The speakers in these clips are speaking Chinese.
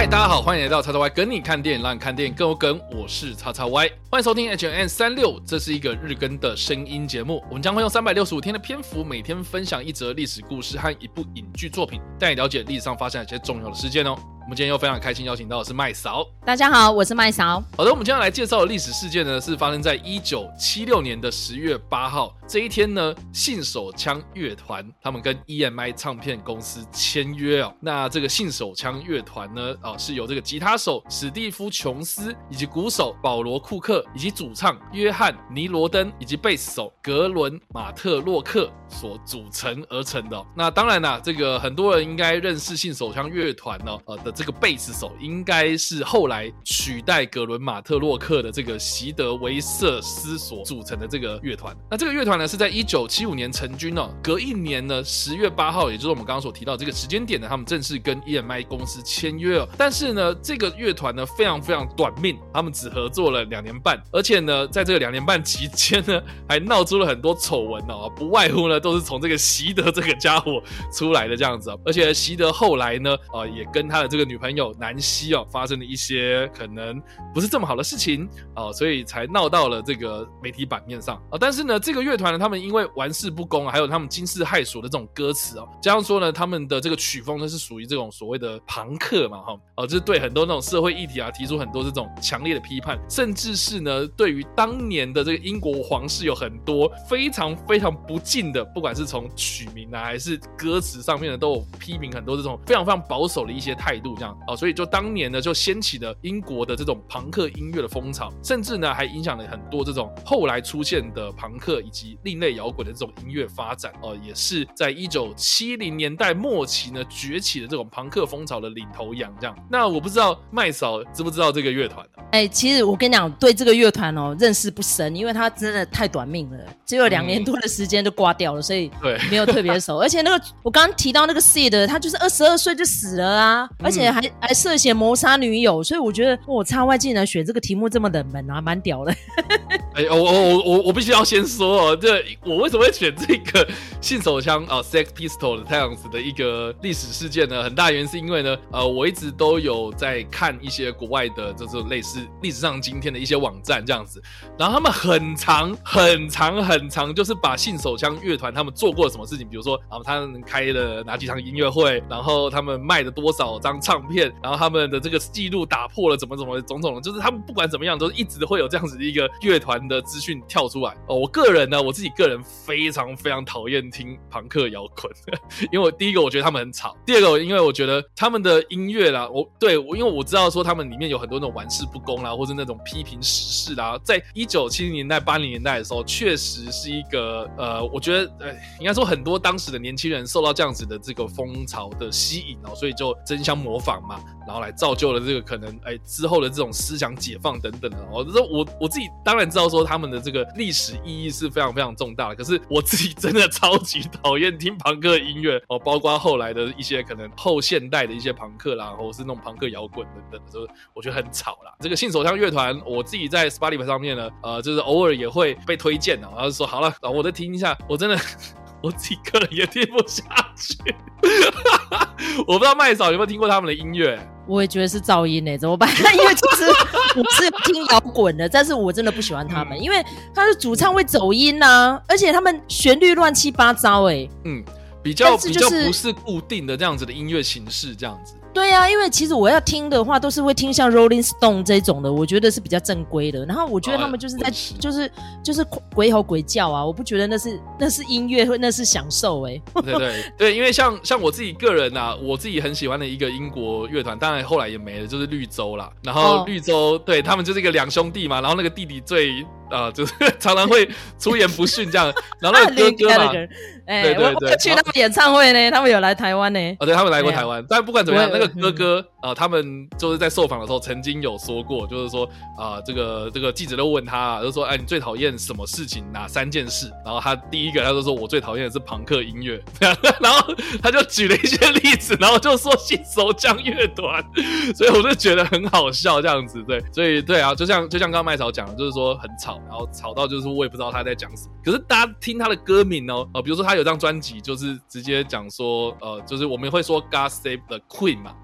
大家好，欢迎来到叉叉 Y 跟你看电影，让你看电影更有梗。我是叉叉 Y， 欢迎收听 HN36， 这是一个日更的声音节目。我们将会用365天的篇幅，每天分享一则历史故事和一部影剧作品，带你了解历史上发生一些重要的事件哦。我们今天又非常开心邀请到的是麦嫂。 大家好，我是麦嫂。 好的，我们今天要来介绍的历史事件呢，是发生在1976年的10月8号。这一天呢，信手枪乐团他们跟 EMI 唱片公司签约哦。那这个信手枪乐团呢，是由这个吉他手史蒂夫·琼斯以及鼓手保罗·库克以及主唱约翰·尼罗登以及贝斯手格伦·马特洛克所组成而成的哦。那当然啦，这个很多人应该认识信手枪乐团的这个贝斯手，应该是后来取代格伦·马特洛克的这个席德维瑟斯所组成的这个乐团。那这个乐团呢，是在1975年成军哦。隔一年呢，10月8号，也就是我们刚刚所提到这个时间点呢，他们正式跟 EMI 公司签约哦。但是呢，这个乐团呢非常非常短命，他们只合作了2年半，而且呢，在这个2年半期间呢，还闹出了很多丑闻哦，不外乎呢都是从这个席德这个家伙出来的这样子哦。而且席德后来呢，也跟他的这个女朋友南希发生了一些可能不是这么好的事情所以才闹到了这个媒体版面上但是呢，这个乐团呢，他们因为玩世不恭还有他们惊世骇俗的这种歌词加上说呢，他们的这个曲风呢是属于这种所谓的朋克嘛就是对很多那种社会议题提出很多这种强烈的批判，甚至是呢，对于当年的这个英国皇室有很多非常非常不敬的，不管是从曲名还是歌词上面呢，都有批评很多这种非常非常保守的一些态度这样所以就当年呢就掀起了英国的这种朋克音乐的风潮，甚至呢还影响了很多这种后来出现的朋克以及另类摇滚的这种音乐发展也是在1970年代末期呢崛起的这种朋克风潮的领头羊这样。那我不知道麦嫂知不知道这个乐团其实我跟你讲，对这个乐团认识不深，因为它真的太短命了，只有2年多的时间就挂掉了，所以没有特别熟。而且那个我刚刚提到那个 Sid， 他就是22岁就死了啊，而且还涉嫌谋杀女友，所以我觉得叉 Y 竟然选这个题目这么冷门啊，蛮屌的。 我必须要先说我为什么会选这个信手枪Sex Pistols 这样子的一个历史事件呢？很大原因是因为呢我一直都有在看一些国外的就是类似历史上今天的一些网站这样子，然后他们很长就是把信手枪乐团他们做过什么事情，比如说他们开了哪几场音乐会，然后他们卖了多少张唱片，然后他们的这个记录打破了怎么种种，就是他们不管怎么样都一直会有这样子的一个乐团的资讯跳出来我自己个人非常非常讨厌听朋克摇滚因为第一个我觉得他们很吵，第二个因为我觉得他们的音乐啦因为我知道说他们里面有很多那种玩世不恭啦，或是那种批评时事啦，在1970年代80年代的时候确实是一个我觉得应该说很多当时的年轻人受到这样子的这个风潮的吸引所以就争相模仿嘛，然后来造就了这个可能之后的这种思想解放等等的我自己当然知道说他们的这个历史意义是非常非常重大的，可是我自己真的超级讨厌听朋克音乐包括后来的一些可能后现代的一些朋克啦，或者是那种朋克摇滚等等的，就是我觉得很吵啦。这个信手枪乐团我自己在 Spotify 上面呢就是偶尔也会被推荐然后说好了我再听一下，我真的我自己个人也听不下去我不知道麦嫂有没有听过他们的音乐？ 我也觉得是噪音怎么办？因为其实我是听摇滚的，但是我真的不喜欢他们因为他的主唱会走音而且他们旋律乱七八糟比较不是固定的这样子的音乐形式这样子。 对啊，因为其实我要听的话都是会听像 Rolling Stone 这种的，我觉得是比较正规的，然后我觉得他们就是在就是鬼吼鬼叫我不觉得那是音乐，那是享受对，因为像我自己个人我自己很喜欢的一个英国乐团，当然后来也没了，就是绿洲啦。然后绿洲对他们就是一个2兄弟嘛，然后那个弟弟最就是常常会出言不逊这样，然后那个哥哥嘛对， 我去他们演唱会呢，他们有来台湾呢对，他们来过台湾但不管怎么样那个哥哥他们就是在受访的时候曾经有说过，就是说这个记者都问他就说你最讨厌什么事情，哪3件事，然后他第一个他就说我最讨厌的是朋克音乐然后他就举了一些例子，然后就说信手枪乐团，所以我就觉得很好笑这样子。对，所以对就像刚刚麦嫂讲的，就是说很吵，然后吵到就是我也不知道他在讲什么，可是大家听他的歌名比如说他有张专辑就是直接讲说就是我们会说 God Save the Queen 嘛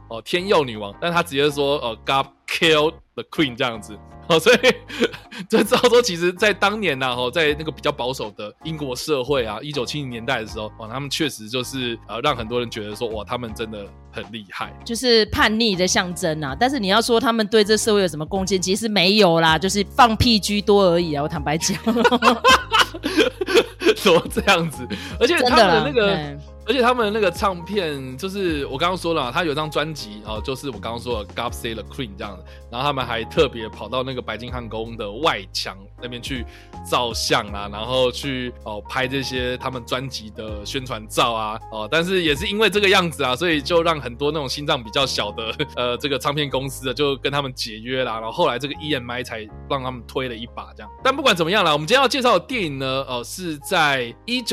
天佑女王，但他直接说God kill the queen 这样子。所以就知道说，其实在当年在那个比较保守的英国社会啊，1970年代的时候，他们确实就是让很多人觉得说，哇，他们真的很厉害， 就是叛逆的象征啊。但是你要说他们对这社会有什么贡献，其实没有啦，就是放屁居多而已啊，我坦白讲。 怎么这样子？而且他们的那个。而且他们那个唱片，就是我刚刚说了，他有张专辑就是我刚刚说的 God Save the Queen 这样的，然后他们还特别跑到那个白金汉宫的外墙那边去照相啊，然后去拍这些他们专辑的宣传照啊，但是也是因为这个样子啊，所以就让很多那种心脏比较小的这个唱片公司就跟他们解约啦，然后后来这个 EMI 才让他们推了一把这样。但不管怎么样啦，我们今天要介绍的电影呢，是在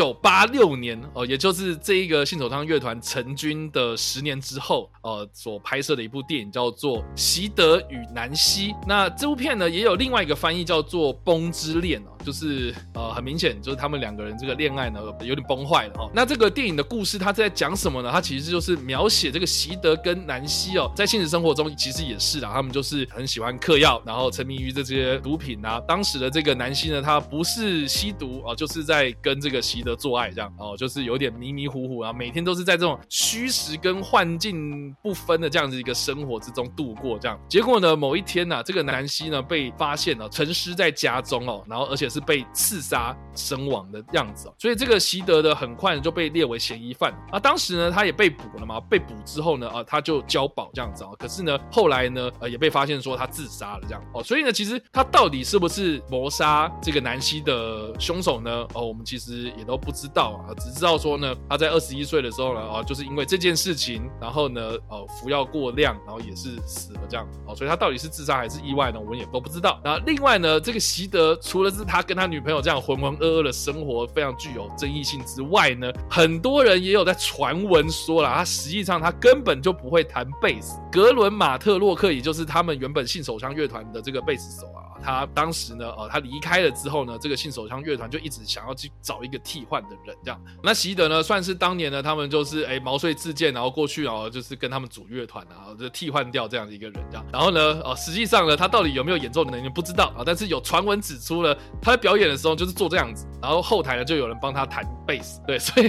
1986年也就是这一个信手枪乐团成军的10年之后所拍摄的一部电影叫做《席德与南希》。那这部片呢也有另外一个翻译叫做《崩之恋》就是很明显就是他们两个人这个恋爱呢有点崩坏了那这个电影的故事它在讲什么呢？它其实就是描写这个席德跟南希在现实生活中其实也是啦，他们就是很喜欢嗑药，然后沉迷于这些毒品啊。当时的这个南希呢，他不是吸毒就是在跟这个席德做爱这样就是有点迷迷糊糊啊，每天都是在这种虚实跟幻境不分的这样子一个生活之中度过这样。结果呢，某一天这个南希呢被发现沉尸在家中然后而且是被刺杀身亡的样子所以这个席德的很快就被列为嫌疑犯当时呢他也被捕了嘛，被捕之后呢他就交保这样子可是呢后来呢也被发现说他自杀了这样所以呢其实他到底是不是谋杀这个南希的凶手呢我们其实也都不知道只知道说呢他在21岁的时候呢就是因为这件事情，然后呢服药过量，然后也是死了这样所以他到底是自杀还是意外呢，我们也都不知道。那另外呢，这个席德除了是他跟他女朋友这样浑浑噩噩的生活非常具有争议性之外呢，很多人也有在传闻说啦，他实际上他根本就不会弹贝斯。格伦马特洛克也就是他们原本信手枪乐团的这个贝斯手他当时呢他离开了之后呢，这个信手枪乐团就一直想要去找一个替换的人这样。那席德呢算是当年呢他们就是毛遂自荐，然后过去就是跟他们组乐团就替换掉这样的一个人这样。然后呢实际上呢他到底有没有演奏的能力不知道但是有传闻指出了他在表演的时候就是做这样子，然后后台呢就有人帮他弹贝斯。对，所以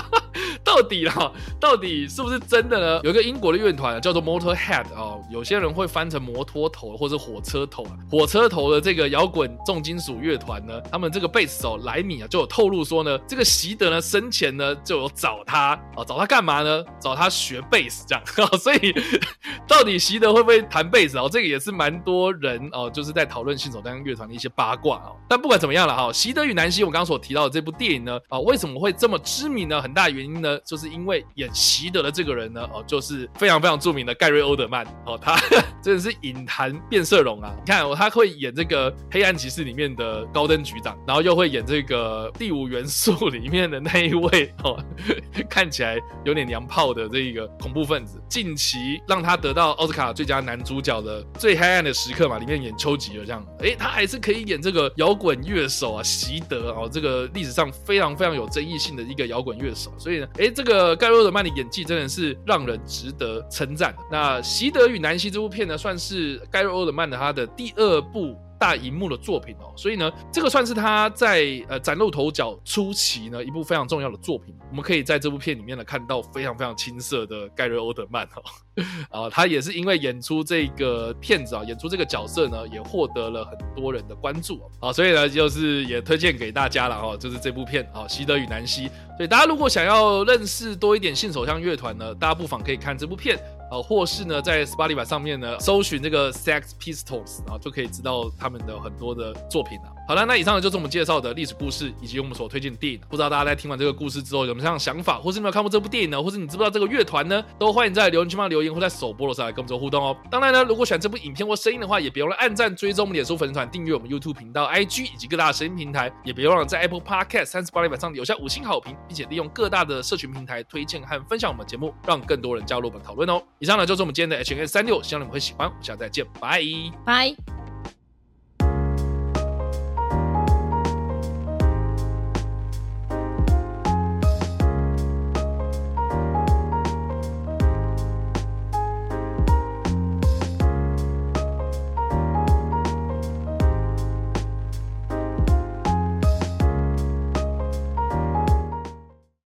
到底是不是真的呢？有一个英国的乐团叫做 Motorhead 有些人会翻成摩托头或者火车头火车头的这个摇滚重金属乐团呢，他们这个贝斯手莱米就有透露说呢，这个席德呢生前呢就有找他干嘛呢？找他学贝斯这样所以到底席德会不会弹贝斯这个也是蛮多人就是在讨论信手枪乐团的一些八卦但不管怎么样了席德与南希我刚刚所提到的这部电影呢为什么会这么知名呢？很大的原因呢就是因为演席德的这个人呢就是非常非常著名的盖瑞欧德曼他真的是影坛变色龙你看他会演这个黑暗骑士里面的高登局长，然后又会演这个第5元素里面的那一位看起来有点娘炮的这个恐怖分子。近期让他得到奥斯卡最佳男主角的最黑暗的时刻嘛，里面演丘吉尔这样他还是可以演这个摇滚乐手席德这个历史上非常非常有争议性的一个摇滚乐手。所以呢这个盖瑞欧德曼的演技真的是让人值得称赞的。那席德与南希这部片呢算是盖瑞欧德曼的他的第2部大荧幕的作品所以呢这个算是他在崭露头角初期呢一部非常重要的作品。我们可以在这部片里面呢看到非常非常青涩的盖瑞欧德曼他也是因为演出这个片子演出这个角色呢也获得了很多人的关注所以呢就是也推荐给大家了就是这部片席德与南希。所以大家如果想要认识多一点信手枪乐团呢，大家不妨可以看这部片或是呢在 Spotify 上面呢搜寻这个 Sex Pistols 就可以知道他们的很多的作品好了，那以上呢就是我们介绍的历史故事以及我们所推荐的电影。不知道大家在听完这个故事之后有没有这样的想法，或是没有看过这部电影呢，或是你知不知道这个乐团呢，都欢迎在留言区帮留言或在首播的时候来跟我们做互动当然呢，如果喜欢这部影片或声音的话，也别忘了按赞、追踪我们脸书粉丝团、订阅我们 YouTube 频道、IG 以及各大的声音平台，也别忘了在 Apple Podcast 38上留下5星好评，并且利用各大的社群平台推荐和分享我们节目，让更多人加入我们讨论以上呢就是我们今天的 HNS36，希望你们会喜欢。我们下次再见，拜拜。